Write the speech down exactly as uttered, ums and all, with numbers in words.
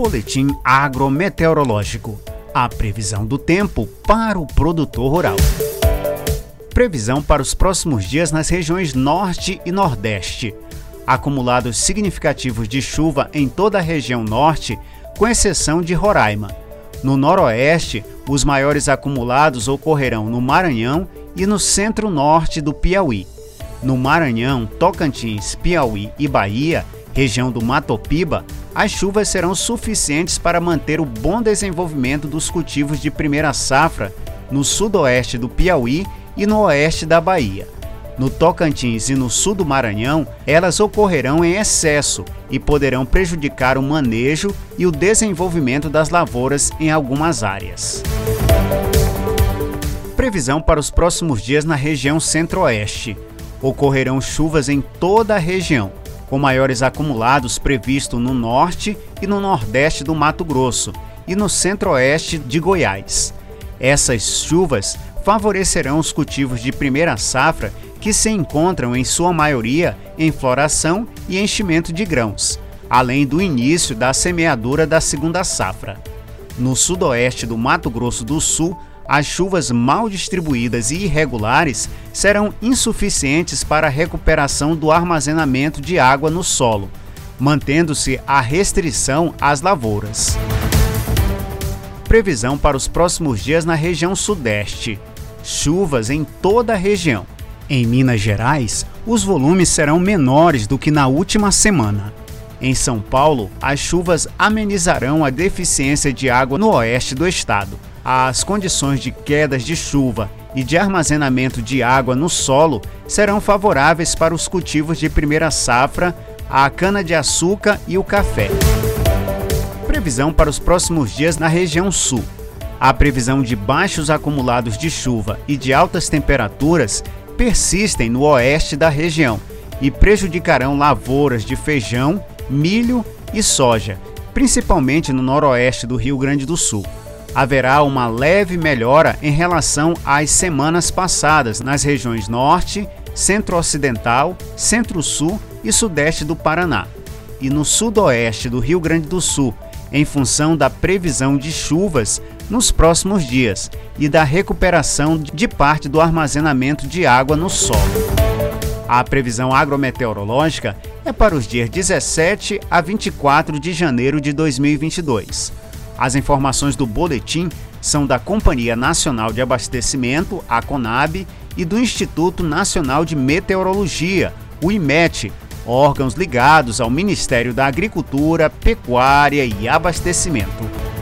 Boletim agrometeorológico. A previsão do tempo para o produtor rural. Previsão para os próximos dias nas regiões Norte e Nordeste. Acumulados significativos de chuva em toda a região Norte, com exceção de Roraima. No Noroeste, os maiores acumulados ocorrerão no Maranhão e no centro-norte do Piauí. No Maranhão, Tocantins, Piauí e Bahia, região do Matopiba, as chuvas serão suficientes para manter o bom desenvolvimento dos cultivos de primeira safra no sudoeste do Piauí e no oeste da Bahia. No Tocantins e no sul do Maranhão, elas ocorrerão em excesso e poderão prejudicar o manejo e o desenvolvimento das lavouras em algumas áreas. Previsão para os próximos dias na região centro-oeste. Ocorrerão chuvas em toda a região, com maiores acumulados previsto no norte e no nordeste do Mato Grosso e no centro-oeste de Goiás. Essas chuvas favorecerão os cultivos de primeira safra que se encontram em sua maioria em floração e enchimento de grãos, além do início da semeadura da segunda safra. No sudoeste do Mato Grosso do Sul, as chuvas mal distribuídas e irregulares serão insuficientes para a recuperação do armazenamento de água no solo, mantendo-se a restrição às lavouras. Previsão para os próximos dias na região sudeste. Chuvas em toda a região. Em Minas Gerais, os volumes serão menores do que na última semana. Em São Paulo, as chuvas amenizarão a deficiência de água no oeste do estado. As condições de quedas de chuva e de armazenamento de água no solo serão favoráveis para os cultivos de primeira safra, a cana-de-açúcar e o café. Previsão para os próximos dias na região sul. A previsão de baixos acumulados de chuva e de altas temperaturas persistem no oeste da região e prejudicarão lavouras de feijão, milho e soja, principalmente no noroeste do Rio Grande do Sul. Haverá uma leve melhora em relação às semanas passadas nas regiões Norte, Centro-Ocidental, Centro-Sul e Sudeste do Paraná, e no Sudoeste do Rio Grande do Sul, em função da previsão de chuvas nos próximos dias e da recuperação de parte do armazenamento de água no solo. A previsão agrometeorológica é para os dias dezessete a vinte e quatro de janeiro de dois mil e vinte e dois. As informações do boletim são da Companhia Nacional de Abastecimento, a CONAB, e do Instituto Nacional de Meteorologia, o IMET, órgãos ligados ao Ministério da Agricultura, Pecuária e Abastecimento.